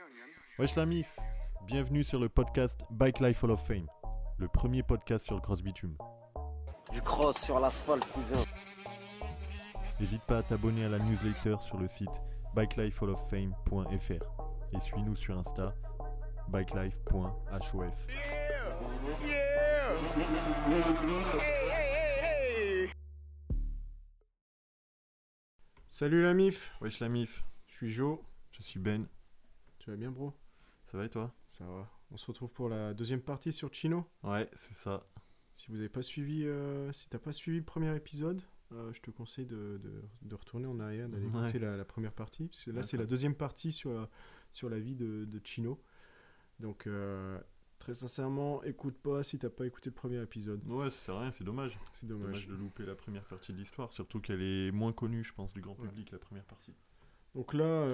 Wesh la mif, bienvenue sur le podcast Bike Life Hall of Fame, le premier podcast sur le cross bitume. Du cross sur l'asphalte, cousin. N'hésite pas à t'abonner à la newsletter sur le site bikelifehalloffame.fr et suis-nous sur Insta bikelife.hof. Salut la mif, Wesh la mif, je suis Jo. je suis Ben, Tu vas bien bro? ça va et toi? Ça va. On se retrouve pour la deuxième partie sur Chino. Ouais, c'est ça. Si vous n'avez pas suivi, si t'as pas suivi le premier épisode, je te conseille de retourner en arrière, d'aller Ouais. écouter la première partie. Parce que là, c'est D'accord. la deuxième partie sur la vie de Chino. Donc, très sincèrement, écoute pas si t'as pas écouté le premier épisode. Ouais, ça sert à rien, c'est dommage. C'est Dommage dommage. de louper la première partie de l'histoire, surtout qu'elle est moins connue, je pense, du grand Ouais. public, la première partie. Donc là,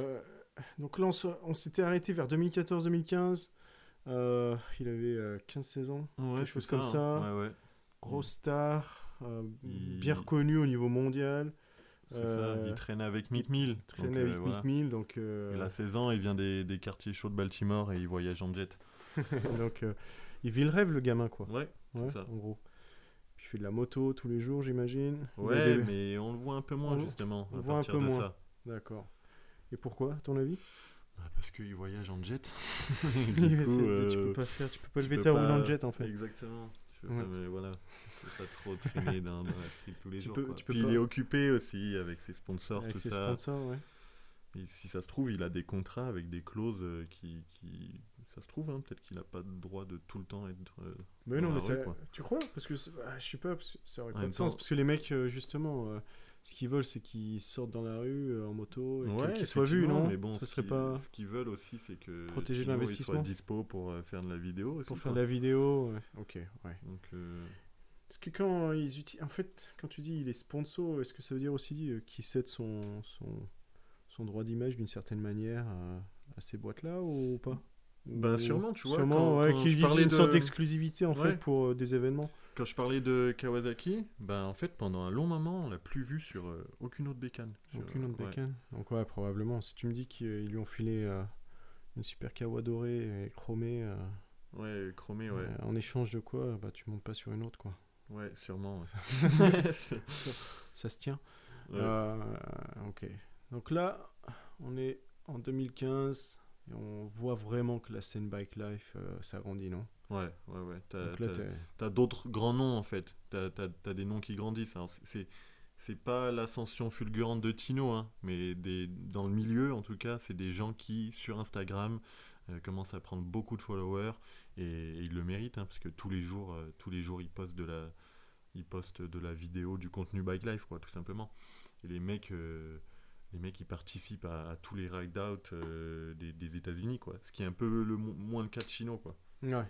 on s'était arrêté vers 2014-2015. Il avait 15-16 ans. Ouais, Quelque chose comme ça. hein. Ouais, ouais. Grosse star, Il- bien reconnu au niveau mondial. C'est ça, il traînait avec Meek Mill. Traîné donc, avec voilà. Meek Mill, donc, Il a 16 ans, il vient des quartiers chauds de Baltimore et il voyage en jet. donc il vit le rêve, le gamin, quoi. Ouais, Ouais, ça. en gros. Puis il fait de la moto tous les jours, j'imagine. Il a ouais, des- mais on le voit un peu moins, On- justement, on à voit un partir peu de moins. ça. D'accord. Et pourquoi, à ton avis? Parce qu'il voyage en jet. Oui, Du mais coup, tu peux pas faire, tu peux pas tu lever peux ta roue pas- dans le jet, en fait. Exactement. Tu peux Ouais. pas, mais voilà, tu peux pas trop traîner dans la street tous les Tu jours. peux- quoi. tu peux Puis pas- il est occupé aussi avec ses sponsors, Avec tout ses ça. sponsors, ouais. Et si ça se trouve, il a des contrats avec des clauses qui... Ça se trouve, hein, peut-être qu'il a pas le droit de tout le temps être... Mais dans non, la mais rue, ça, quoi. tu crois? Parce que, je sais pas, parce que ça aurait En pas même de sens. temps- Parce que les mecs, justement, ce qu'ils veulent, c'est qu'ils sortent dans la rue en moto et Ouais, qu'ils soient vus, effectivement, non? mais bon, Ce ce serait qu'ils pas ce qu'ils veulent aussi, c'est que protéger Chino, il l'investissement. soit dispo pour faire de la vidéo aussi, pour faire de quoi. la vidéo. Ouais. Ok, ouais. Donc, Est-ce que quand ils utilisent. En fait, quand tu dis il est sponsor, est-ce que ça veut dire aussi qu'il cède son droit d'image d'une certaine manière à ces boîtes-là ou pas? Bah, Ou- sûrement, tu vois, Sûrement, ouais, quand qu'ils je disent parlais une sorte de- d'exclusivité en Ouais. fait pour des événements. quand je parlais de Kawasaki, bah, en fait, pendant un long moment, on l'a plus vu sur aucune autre bécane. Aucune autre Ouais. bécane. Donc, ouais, probablement. Si tu me dis qu'ils lui ont filé une super Kawa dorée et chromée Ouais, chromé, ouais. en échange de quoi, bah, tu montes pas sur une autre, quoi. Ouais, sûrement. Ça se tient. Ouais. Ok. Donc là, on est en 2015 et on voit vraiment que la scène bike life s'agrandit, non? Ouais. T'as Donc là, t'as d'autres grands noms, en fait. T'as des noms qui grandissent. Alors, c'est pas l'ascension fulgurante de Tino, hein, mais dans le milieu, en tout cas, c'est des gens qui, sur Instagram, commencent à prendre beaucoup de followers et ils le méritent, hein, parce que tous les jours, ils postent de la vidéo, du contenu bike life, quoi, tout simplement. Et les mecs, ils participent à tous les ride-out des États-Unis, quoi. Ce qui est un peu moins le cas de Chino, quoi. ouais.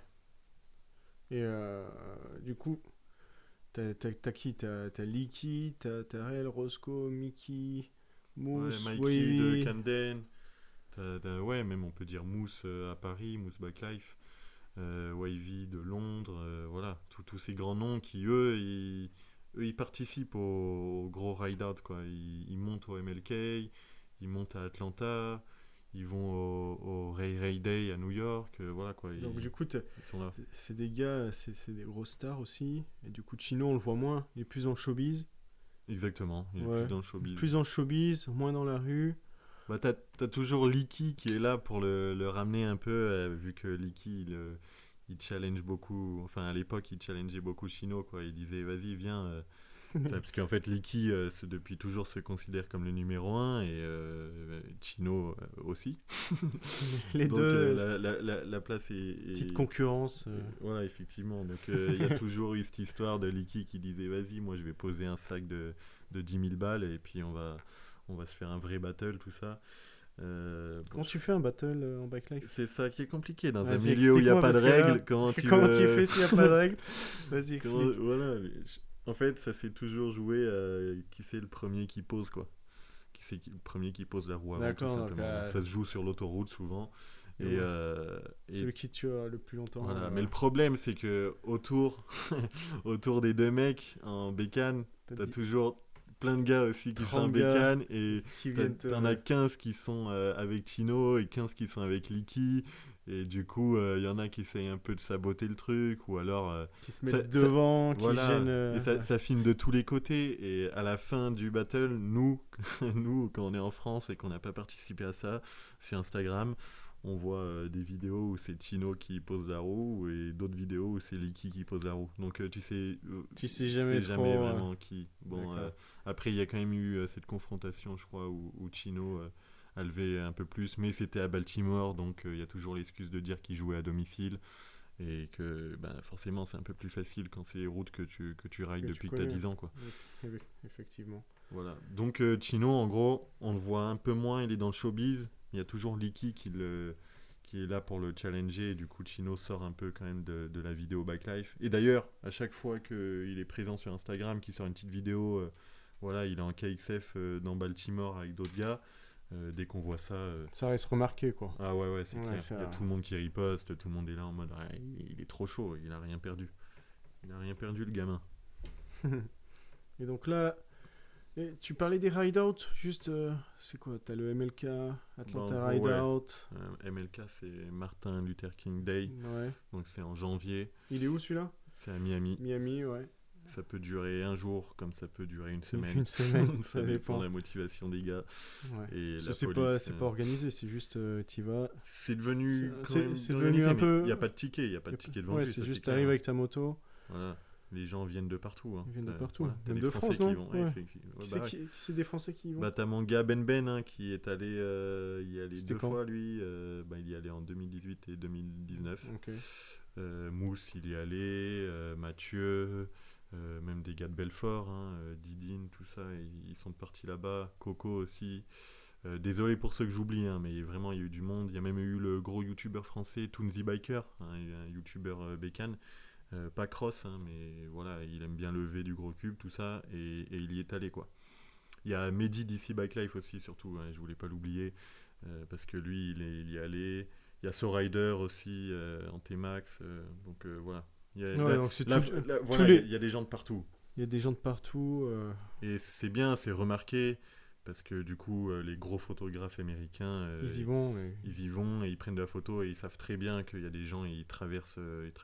Et du coup, t'as qui? T'as Leaky, t'as Rael, Roscoe, Mickey, Mousse, Ouais, Mikey Wavy. de Camden. Ouais, même on peut dire Mousse à Paris, Mousse Bike Life. Wavy de Londres, voilà, tous ces grands noms qui, eux, ils participent au gros ride-out, quoi. Ils montent au MLK, ils montent à Atlanta, ils vont au Ray Ray Day à New York, voilà, quoi. Donc Ils du coup, sont là. c'est des gars, c'est des grosses stars aussi. Et du coup, Chino, on le voit moins. Il est plus dans le showbiz. Exactement, il est Ouais. plus dans le showbiz. Plus dans le showbiz, moins dans la rue. Bah, t'as toujours Leaky qui est là pour le ramener un peu, vu que Leaky, il challenge beaucoup. Enfin, à l'époque, il challengeait beaucoup Chino, quoi. Il disait, vas-y, viens. Parce qu'en fait, Leaky, depuis toujours, se considère comme le numéro 1 et Chino aussi. Les Donc, deux, la place est. petite concurrence. Voilà, effectivement. Donc, il y a toujours eu cette histoire de Leaky qui disait, vas-y, moi, je vais poser un sac de 10 000 balles et puis on va se faire un vrai battle, tout ça. Comment tu fais un battle en bike life? C'est ça qui est compliqué dans un Vas-y, milieu où il n'y a explique-moi, pas de parce que là, règles. Comment tu Comment veux- tu fais s'il n'y a pas de règles? Vas-y, comment- explique. Voilà. En fait, ça s'est toujours joué qui c'est le premier qui pose, quoi. Qui c'est le premier qui pose la roue avant, tout D'accord, donc, simplement. Donc, ça se joue sur l'autoroute souvent. Et, Ouais. et Celui qui tue le plus longtemps. voilà. Mais le problème, c'est que autour des deux mecs en bécane, t'as t'as dit- toujours plein de gars aussi qui sont en 30 gars bécane et qui viennent te... t'en as 15 qui sont avec Tino et 15 qui sont avec Licky. Et du coup, il y en a qui essayent un peu de saboter le truc, ou alors qui se mettent devant, qui voilà, gênent. et ça filme de tous les côtés. Et à la fin du battle, nous, quand on est en France et qu'on n'a pas participé à ça, sur Instagram, on voit des vidéos où c'est Tino qui pose la roue et d'autres vidéos où c'est Licky qui pose la roue. Donc tu sais jamais trop, vraiment qui. Bon, D'accord. après, il y a quand même eu cette confrontation, je crois, où Tino a levé un peu plus, mais c'était à Baltimore, donc il y a toujours l'excuse de dire qu'il jouait à domicile et que forcément c'est un peu plus facile quand c'est les routes que tu rides depuis que tu as 10 ans, quoi. Oui, effectivement. Voilà. Donc Tino, en gros, on le voit un peu moins, il est dans le showbiz. Il y a toujours Licky qui est là pour le challenger, et du coup Chino sort un peu quand même de la vidéo Backlife. Et d'ailleurs, à chaque fois qu'il est présent sur Instagram, qu'il sort une petite vidéo, voilà, il est en KXF dans Baltimore avec d'autres gars, dès qu'on voit ça... Ça reste remarqué, quoi. Ah ouais, c'est clair. ça... Il y a tout le monde qui riposte, tout le monde est là en mode ah, il est trop chaud, il a rien perdu. Il a rien perdu, le gamin. Et donc là... Et tu parlais des ride-out, juste, c'est quoi? T'as le MLK, Atlanta Ride-out. MLK, c'est Martin Luther King Day. Ouais. Donc c'est en janvier. Il est où celui-là? C'est à Miami. Miami, ouais. Ça peut durer un jour, comme ça peut durer une semaine. Une semaine, ça dépend de la motivation des gars. Ouais. Et c'est pas organisé, c'est juste, t'y vas. C'est devenu, c'est devenu un peu... Il n'y a pas de ticket, devant lui. C'est juste, t'arrives avec ta moto. Voilà. Les gens viennent de partout. Hein. Ils viennent de partout. Voilà. Même de France, non? Qui c'est des Français qui y vont? T'as mon gars Ben, qui est allé y aller 2 fois, lui. Il y allait en 2018 et 2019. Okay. Mousse, il y allait. Mathieu, même des gars de Belfort, Didine, tout ça, ils sont partis là-bas. Coco aussi. Désolé pour ceux que j'oublie, mais vraiment, il y a eu du monde. Il y a même eu le gros youtubeur français, Toonzy Biker, un youtubeur bécane. Pas cross, mais voilà, il aime bien lever du gros cube, tout ça, et il y est allé, quoi. Il y a Mehdi d'ici Bike Life aussi, surtout, je voulais pas l'oublier, parce que lui, il y est allé. Il y a SoRider aussi, en T-Max, donc voilà. Il y a des gens de partout. Il y a des gens de partout. Et c'est bien, c'est remarqué, parce que du coup, les gros photographes américains, ils y vont. Ils y vont, et ils prennent de la photo, et ils savent très bien qu'il y a des gens, et ils traversent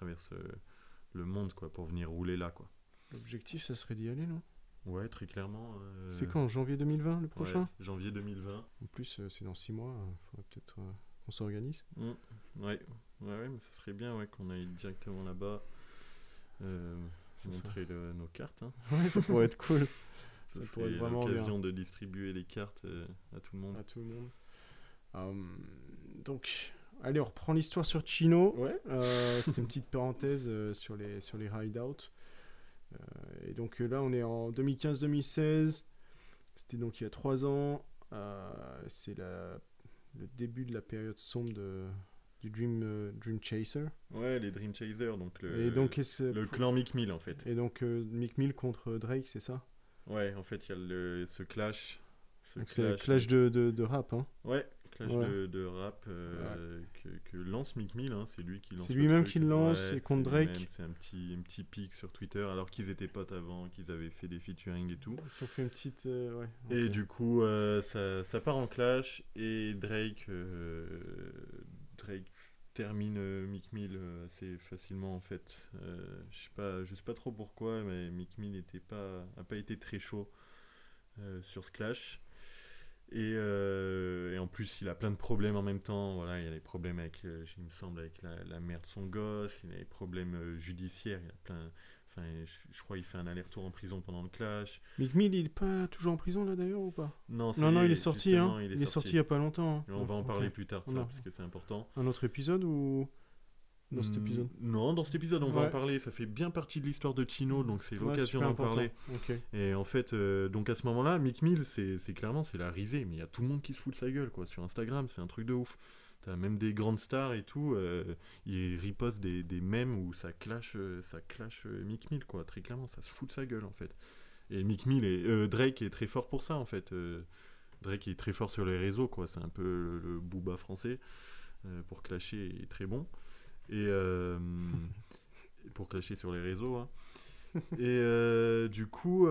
le monde, quoi, pour venir rouler là, quoi. L'objectif, ça serait d'y aller, non? Ouais, très clairement. C'est quand? Janvier 2020, le prochain? Ouais, janvier 2020. En plus, c'est dans 6 mois. Faudrait peut-être qu'on s'organise. Ouais, mais ça serait bien, qu'on aille directement là-bas. Montrer nos cartes. Ouais, ça pourrait être cool. Ça pourrait être vraiment l'occasion de distribuer les cartes à tout le monde. Donc... Allez, on reprend l'histoire sur Chino. Ouais. C'était une petite parenthèse sur les ride-out. Et donc là, on est en 2015-2016. C'était donc il y a 3 ans. C'est le début de la période sombre du Dream Chaser. Ouais, les Dream Chaser, donc le clan Meek Mill, en fait. Et donc Meek Mill contre Drake, c'est ça? Ouais, en fait, il y a ce clash. C'est le clash de rap, hein? Ouais. Clash de rap que lance Meek Mill, c'est lui qui lance. C'est lui-même qui le lance, et contre Drake. C'est un petit pic sur Twitter, alors qu'ils étaient potes avant, qu'ils avaient fait des featuring et tout. Ils ont fait une petite... Et du coup, ça part en clash, et Drake termine Meek Mill assez facilement, en fait. Je sais pas trop pourquoi, mais Meek Mill a pas été très chaud sur ce clash. Et en plus, il a plein de problèmes en même temps. Voilà, il y a des problèmes il me semble, avec la mère de son gosse. Il a des problèmes judiciaires. Il a plein. Enfin, je crois qu'il fait un aller-retour en prison pendant le clash. Meek Mill, il est pas toujours en prison là d'ailleurs ou pas? Non, il est sorti. Il est sorti il y a pas longtemps. On va en parler plus tard, parce que c'est important. Un autre épisode ou dans cet épisode? Non, dans cet épisode, on va en parler. Ça fait bien partie de l'histoire de Chino, donc c'est l'occasion d'en parler. Okay. Et en fait, donc à ce moment-là, Meek Mill, c'est clairement la risée, mais il y a tout le monde qui se fout de sa gueule, quoi. Sur Instagram, c'est un truc de ouf. T'as même des grandes stars et tout, ils ripostent des mèmes où ça clash Meek Mill, quoi. Très clairement, ça se fout de sa gueule, en fait. Et Meek Mill Drake est très fort pour ça, en fait. Drake est très fort sur les réseaux, quoi. C'est un peu le Booba français. Pour clasher, il est très bon. Et pour clasher sur les réseaux, Et du coup,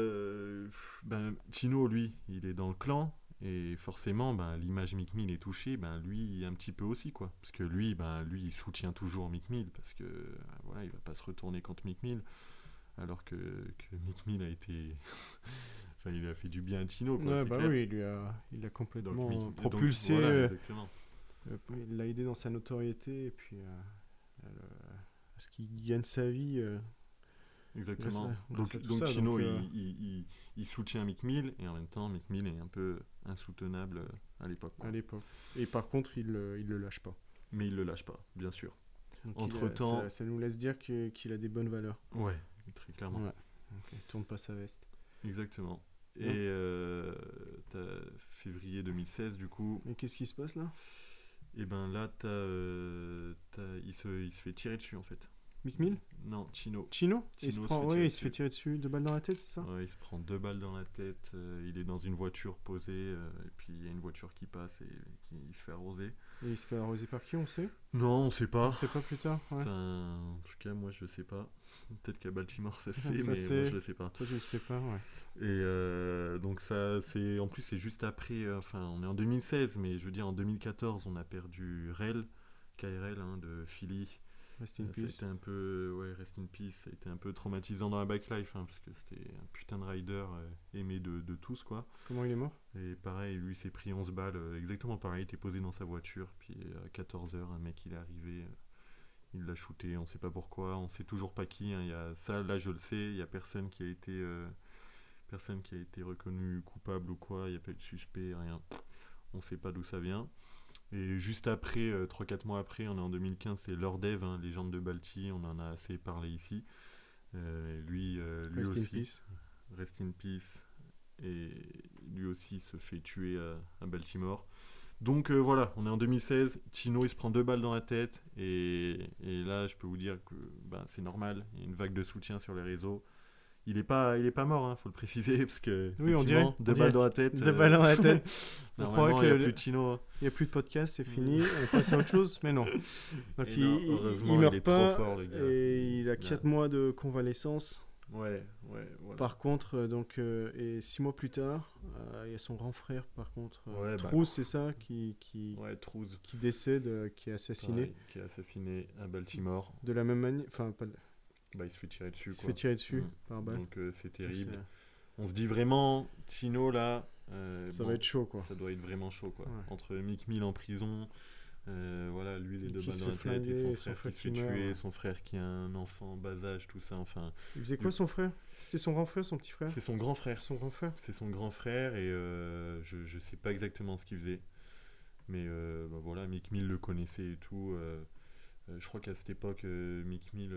Tino, lui, il est dans le clan. Et forcément, l'image Mick Mill est touchée, lui un petit peu aussi, quoi. Parce que lui, il soutient toujours Mick Mill, parce que voilà, il va pas se retourner contre Mick Mill, alors que Mick Mill a été, enfin, il a fait du bien à Tino, quoi. Ouais, C'est bah clair. oui, il a Donc, complètement donc, propulsé, voilà, exactement. il l'a aidé dans sa notoriété, et puis à ce qu'il gagne sa vie Exactement. grâce à tout Donc ça. Tino, Donc, il soutient Mick Mill, et en même temps, Mick Mill est un peu insoutenable à l'époque, à quoi. l'époque. Et par contre, il le lâche pas. Mais il le lâche pas, bien sûr. Donc Entre-temps, ça nous laisse dire qu'il a des bonnes valeurs. ouais, très clairement. Ouais. Donc, il tourne pas sa veste. Exactement. Ouais. Et t'as février 2016, du coup, Et qu'est-ce qui se passe là? et ben là, il se fait tirer dessus, en fait. Mick Mill? Non, Chino. Chino? Il se Chino prend, se fait ouais, tirer il se fait dessus. tirer dessus, 2 balles dans la tête, c'est ça? Ouais, il se prend 2 balles dans la tête, il est dans une voiture posée, et puis il y a une voiture qui passe et il se fait arroser. Et il se fait arroser par qui, on sait? Non, on sait pas. On sait pas plus tard, ouais. Enfin, en tout cas, moi je sais pas. Peut-être qu'à Baltimore ça se Ça sait, mais sait. moi je le sais pas. Toi, tu le sais pas, ouais. Et donc ça, c'est en plus c'est juste après. Enfin, on est en 2016, mais je veux dire en 2014, on a perdu KRL de Philly. Rest in Ça a peace. été un peu, ouais, rest in peace. Ça a été un peu traumatisant dans la bike life, parce que c'était un putain de rider aimé de tous, quoi. Comment il est mort? Et pareil, lui s'est pris 11 balles, exactement pareil. Il était posé dans sa voiture, puis à 14h, un mec il est arrivé. Il l'a shooté, on sait pas pourquoi, on sait toujours pas qui. Il y a ça, là je le sais, il y a personne qui a été reconnu coupable ou quoi. Il y a pas eu de suspect, rien. On sait pas d'où ça vient. Et juste après, 3-4 mois après, on est en 2015, c'est Lord Dev, légende de Balti, on en a assez parlé ici. Lui Rest in aussi, peace. rest in peace. Et lui aussi se fait tuer à Baltimore. Donc voilà, on est en 2016, Tino il se prend 2 balles dans la tête, et là je peux vous dire que c'est normal, il y a une vague de soutien sur les réseaux. Il est pas mort, faut le préciser, parce que Oui, on effectivement, dirait. 2 balles dans la tête. 2 balles dans la tête. On Normalement, croirait il n'y a que plus de Tino. il n'y a plus de podcast, c'est fini, on passe à autre chose, mais non. Donc Et non, heureusement, il meurt il est pas, trop fort, le gars. et il a 4 mois de convalescence. Ouais, voilà. Par contre, et 6 mois plus tard, il y a son grand frère, par contre, Ouais, Trousse, c'est ça, qui Ouais, Trouze, décède, qui est assassiné. pareil, qui est assassiné à Baltimore. De la même manière, enfin, pas, Il se fait tirer dessus, il se quoi. fait tirer dessus Mm. par balle. Donc c'est terrible. C'est- On se dit vraiment, Tino, là... Ça va être chaud, quoi. Ça doit être vraiment chaud, quoi. Ouais. Entre Mick Mill en prison, voilà, lui les Et 2 qui balles se dans la fait tête, et flinguer, son frère qui se fait meurt, tuer, ouais. son frère qui a un enfant en bas âge, tout ça, enfin... Il faisait quoi, son frère? C'était son grand frère, son petit frère? C'est son grand frère. Son grand frère? C'est son grand frère, et je sais pas exactement ce qu'il faisait. Mais voilà, Mick Mill le connaissait et tout. Je crois qu'à cette époque, Mick Mill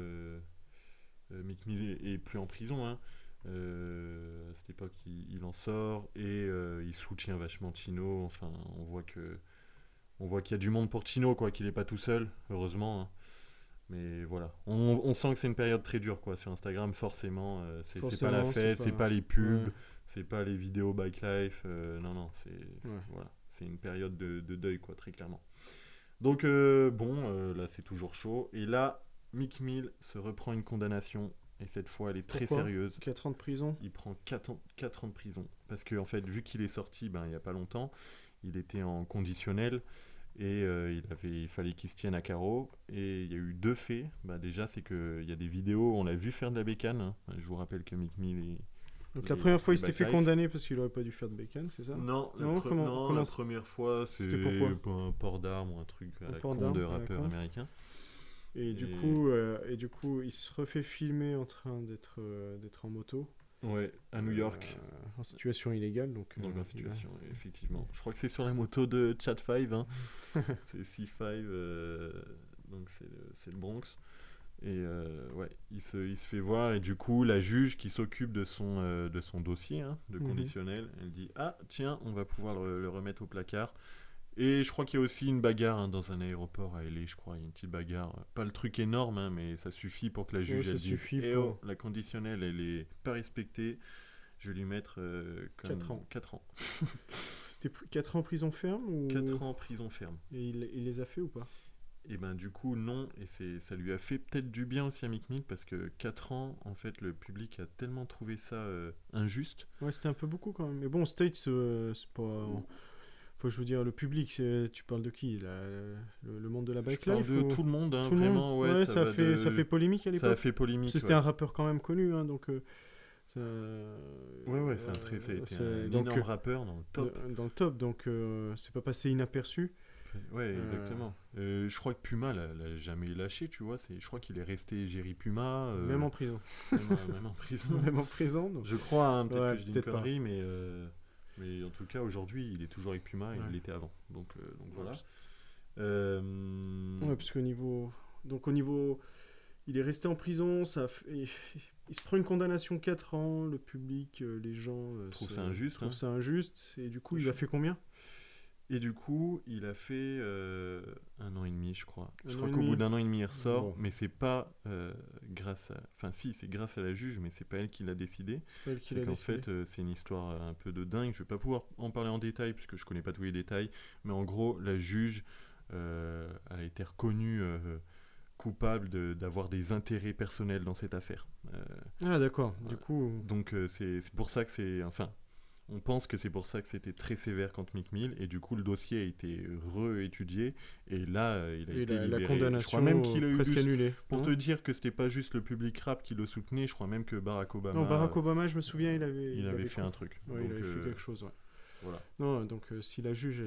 est plus en prison. À cette époque, il en sort, et il soutient vachement Chino. Enfin, on voit qu'il y a du monde pour Chino, quoi, qu'il est pas tout seul, heureusement. Mais voilà, on sent que c'est une période très dure, quoi, sur Instagram, forcément. C'est pas la Forcément, fête, c'est pas les pubs, Ouais. c'est pas les vidéos bike life. Non, Ouais. voilà, c'est une période de deuil, quoi, très clairement. Donc là c'est toujours chaud, et là Mick Mill se reprend une condamnation, et cette fois elle est très Pourquoi sérieuse. 4 ans de prison? Il prend 4 ans de prison, parce que en fait, vu qu'il est sorti il y a pas longtemps, il était en conditionnel, et il fallait qu'il se tienne à carreau, et il y a eu 2 faits. Déjà, c'est qu'il y a des vidéos, on l'a vu faire de la bécane. Je vous rappelle que Mick Mill est... Donc la première fois, il s'était fait backlife. condamner parce qu'il aurait pas dû faire de bécane, c'est ça? Non, comment la première fois, C'était c'est pourquoi? pas un port d'armes ou un truc à Un la port con d'armes de à la rappeur con. américain. Et du coup, il se refait filmer en train d'être en moto. Ouais, à New York. En situation illégale, donc. Donc en situation, effectivement. Je crois que c'est sur la moto de Chat 5. C'est C5, donc c'est le Bronx. Et il se fait voir, et du coup, la juge qui s'occupe de son dossier de conditionnel, elle dit: ah, tiens, on va pouvoir le remettre au placard. Et je crois qu'il y a aussi une bagarre dans un aéroport à LA, je crois. Il y a une petite bagarre. Pas le truc énorme, mais ça suffit pour que la juge ça elle dise: suffit eh pour- oh, la conditionnelle, elle est pas respectée. Je vais lui mettre 4 ans. C'était 4 ans en prison ferme ou... 4 ans en prison ferme. Et il les a fait ou pas? Et ben du coup non, et ça lui a fait peut-être du bien aussi à Meek Mill parce que 4 ans en fait le public a tellement trouvé ça injuste. Ouais, c'était un peu beaucoup quand même. Mais bon, States, c'est pas. Faut que je veux dire, le public, tu parles de qui là, le monde de la Je bike parle life de ou... tout le monde, hein, Tout le monde. vraiment, ouais, ça va fait, de... ça fait polémique à ça a l'époque. fait polémique. Parce que c'était Ouais. un rappeur quand même connu, hein, donc. Ouais, ça a été un donc, énorme rappeur dans le top. Dans le top, donc c'est pas passé inaperçu. Ouais, exactement. Je crois que Puma l'a jamais lâché, tu vois. Je crois qu'il est resté Jerry Puma. Même en prison. Même en prison. Même en prison. Donc... Je crois, hein, peut-être Ouais, que je dis une peut-être pas. connerie, mais en tout cas, aujourd'hui, il est toujours avec Puma et il l'était avant. Donc voilà. Ouais, parce qu'au niveau... Donc au niveau... Il est resté en prison, il se prend une condamnation 4 ans, le public, les gens trouvent ça injuste. Ça injuste, et du coup, il a fait combien? Et du coup, il a fait 1 an et demi, je crois. Je crois et qu'au demi. bout d'1 an et demi, il ressort, Bon. mais c'est pas grâce à... Enfin si, c'est grâce à la juge, mais c'est pas elle qui l'a décidé. C'est pas elle qui C'est l'a qu'en décidé. fait, c'est une histoire un peu de dingue. Je vais pas pouvoir en parler en détail, parce que je connais pas tous les détails, mais en gros, la juge, elle a été reconnue coupable d'avoir des intérêts personnels dans cette affaire. Ah d'accord, du coup... Donc c'est pour ça que c'est... Enfin, on pense que c'est pour ça que c'était très sévère contre Meek Mill, et du coup le dossier a été réétudié, et là il a été la libéré. condamnation Je crois même qu'il a eu presque annulée. Pour non te dire que c'était pas juste le public rap qui le soutenait, je crois même que Barack Obama... Non, Barack Obama, je me souviens, il avait fait un truc. Ouais, Donc, il avait fait quelque chose, ouais. Voilà. Non, donc si la juge,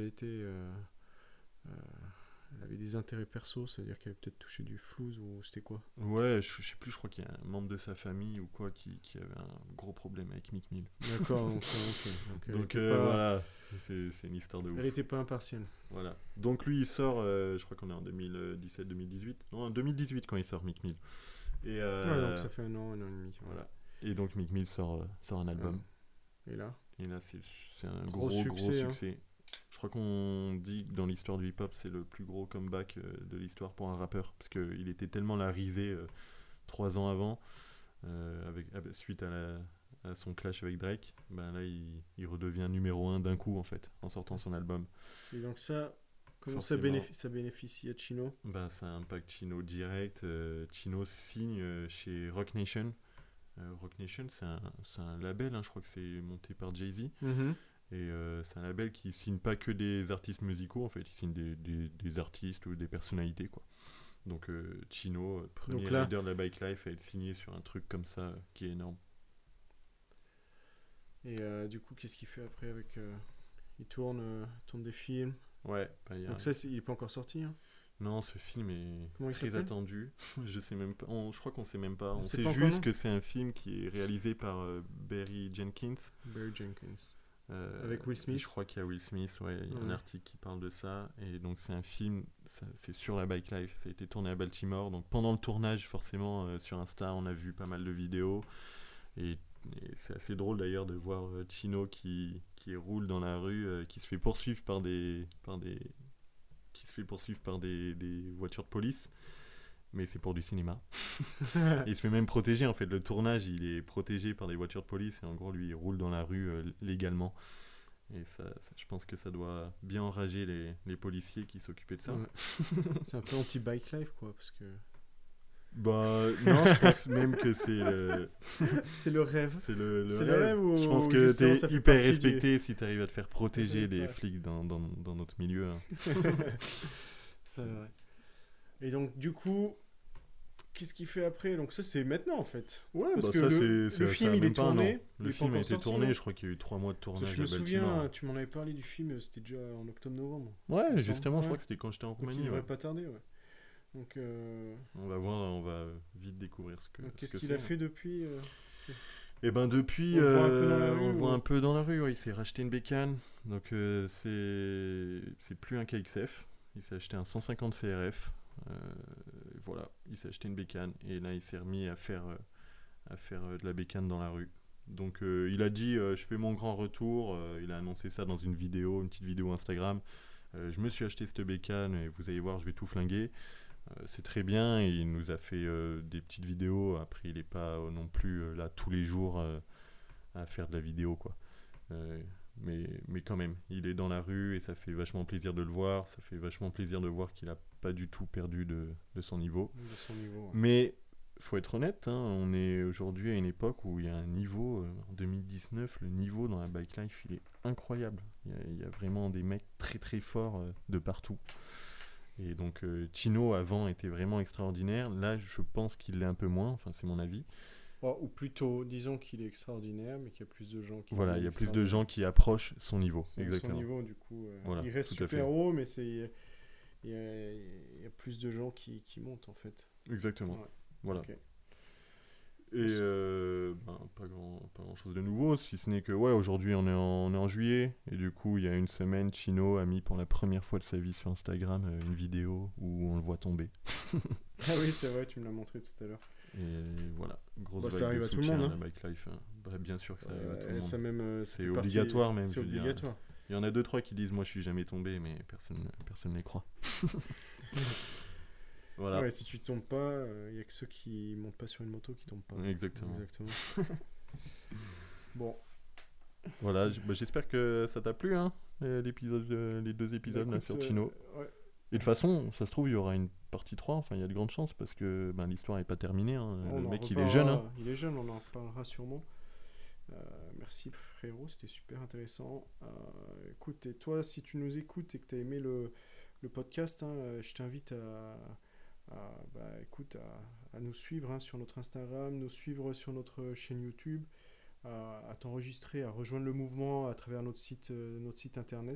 elle avait des intérêts perso, c'est-à-dire qu'elle avait peut-être touché du flouze, ou c'était quoi? Ouais, je sais plus, je crois qu'il y a un membre de sa famille ou quoi qui avait un gros problème avec Meek Mill. D'accord, ok. Donc voilà, c'est une histoire de ouf. Elle était pas impartiale. Voilà. Donc lui il sort, je crois qu'on est en 2017-2018. Non, en 2018 quand il sort Meek Mill. Et Ouais, donc ça fait 1 an et demi. voilà. Et donc Meek Mill sort un album. Et là c'est un Gros gros succès, succès. Je crois qu'on dit que dans l'histoire du hip-hop, c'est le plus gros comeback de l'histoire pour un rappeur. Parce qu'il était tellement la risée 3 ans avant, suite à son clash avec Drake. Ben là, il redevient numéro 1 d'un coup, en fait, en sortant son album. Et donc ça, comment ça bénéficie à Chino? Ben, ça impacte Chino direct. Chino signe chez Roc Nation. Roc Nation, c'est un label, hein, je crois que c'est monté par Jay-Z. Mm-hmm. Et c'est un label qui signe pas que des artistes musicaux, en fait, il signe des artistes ou des personnalités, quoi. Donc Chino, premier rider de la bike life, à être signé sur un truc comme ça, qui est énorme. Et du coup, qu'est-ce qu'il fait après avec il tourne des films. Ouais. Donc ça, il est pas encore sorti, hein? Non, ce film est très attendu. Je sais même pas. Je crois qu'on sait même pas. On sait juste que c'est un film qui est réalisé par Barry Jenkins. Avec Will Smith. Je crois qu'il y a Will Smith. Ouais, il y a un article qui parle de ça. Et donc c'est un film. C'est sur la bike life. Ça a été tourné à Baltimore. Donc pendant le tournage, forcément, sur Insta, on a vu pas mal de vidéos. Et c'est assez drôle d'ailleurs de voir Chino qui roule dans la rue, qui se fait poursuivre par des voitures de police, mais c'est pour du cinéma. Et il se fait même protéger, en fait. Le tournage, il est protégé par des voitures de police, et en gros, lui, il roule dans la rue légalement. Et ça, je pense que ça doit bien enrager les policiers qui s'occupaient de ça. Ouais. C'est un peu anti-bike life, quoi, parce que... Bah, non, je pense même que c'est le... c'est le rêve. C'est le rêve où, je pense que t'es hyper respecté si t'arrives à te faire protéger des flics dans notre milieu. Hein. C'est vrai. Et donc, du coup, qu'est-ce qu'il fait après? Donc ça, c'est maintenant, en fait. Ouais, parce bah que ça, le film, il est tourné. Le film a été tourné, je crois qu'il y a eu 3 mois de tournage. Je me souviens, tu m'en avais parlé du film, c'était déjà en octobre-novembre. Ouais, justement, je crois que c'était quand j'étais en Roumanie. Il devrait pas tarder, ouais. Donc, on va voir, on va vite découvrir ce que qu'est-ce qu'il a fait depuis Et ben depuis, on le voit un peu dans la rue. Ouais, il s'est racheté une bécane, donc c'est plus un KXF. Il s'est acheté un 150 CRF. Voilà, il s'est acheté une bécane et là il s'est remis à faire de la bécane dans la rue. Donc il a dit je fais mon grand retour. Il a annoncé ça dans une petite vidéo Instagram. Je me suis acheté cette bécane et vous allez voir, je vais tout flinguer. C'est très bien, et il nous a fait des petites vidéos. Après, il n'est pas non plus là tous les jours à faire de la vidéo, quoi. mais quand même, il est dans la rue et ça fait vachement plaisir de le voir. Ça fait vachement plaisir de voir qu'il a pas du tout perdu de son niveau. De son niveau. Ouais. Mais faut être honnête, hein, on est aujourd'hui à une époque où il y a un niveau, en 2019, le niveau dans la bike life, il est incroyable. Il y a vraiment des mecs très très forts de partout. Et donc Tino avant était vraiment extraordinaire. Là, je pense qu'il l'est un peu moins, enfin c'est mon avis. Ou plutôt, disons qu'il est extraordinaire, mais qu'il y a plus de gens qui... Voilà, il y a plus de gens qui approchent son niveau. Exactement. Son niveau, du coup, Voilà, il reste tout à fait. super haut, mais il y a plus de gens qui montent, en fait. Exactement. Ouais. Voilà. Ok. Et pas grand chose de nouveau, si ce n'est que aujourd'hui on est en juillet, et du coup il y a une semaine, Chino a mis pour la première fois de sa vie sur Instagram une vidéo où on le voit tomber. Ah oui, c'est vrai, tu me l'as montré tout à l'heure. Et voilà, grosse ça vague arrive de à tout le soutien monde, à la bike life. Bref, bien sûr que ça arrive à tout le monde. Ça même, c'est obligatoire même, c'est je veux dire. obligatoire. Il y en a 2-3 qui disent moi je suis jamais tombé, mais personne ne les croit. Voilà. Ouais, si tu tombes pas, il y a que ceux qui montent pas sur une moto qui tombent pas. Exactement. Bon. Voilà, j'espère que ça t'a plu, hein, les 2 épisodes là, sur Tino. Ouais. Et de toute façon, ça se trouve, il y aura une partie 3, enfin il y a de grandes chances parce que l'histoire n'est pas terminée. Hein. Le mec il est jeune. Hein. Il est jeune, on en reparlera sûrement. Merci frérot, c'était super intéressant. Écoute, et toi, si tu nous écoutes et que tu as aimé le podcast, hein, je t'invite à nous suivre hein, sur notre Instagram, nous suivre sur notre chaîne YouTube, à t'enregistrer, à rejoindre le mouvement à travers notre site internet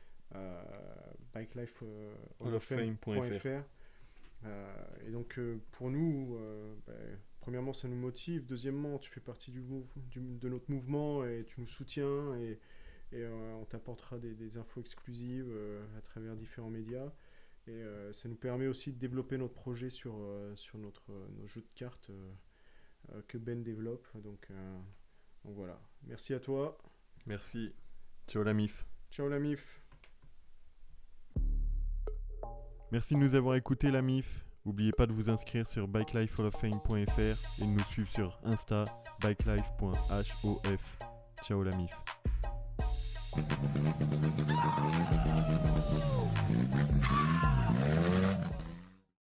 bikelifehalloffame.fr. Et donc pour nous, premièrement ça nous motive, deuxièmement tu fais partie de notre mouvement et tu nous soutiens et on t'apportera des infos exclusives à travers différents médias. Et ça nous permet aussi de développer notre projet sur nos jeux de cartes que Ben développe. Donc voilà. Merci à toi. Merci. Ciao la MIF. Ciao la MIF. Merci de nous avoir écoutés la MIF. N'oubliez pas de vous inscrire sur bikelifehalloffame.fr et de nous suivre sur Insta bikelife.hof. Ciao la MIF.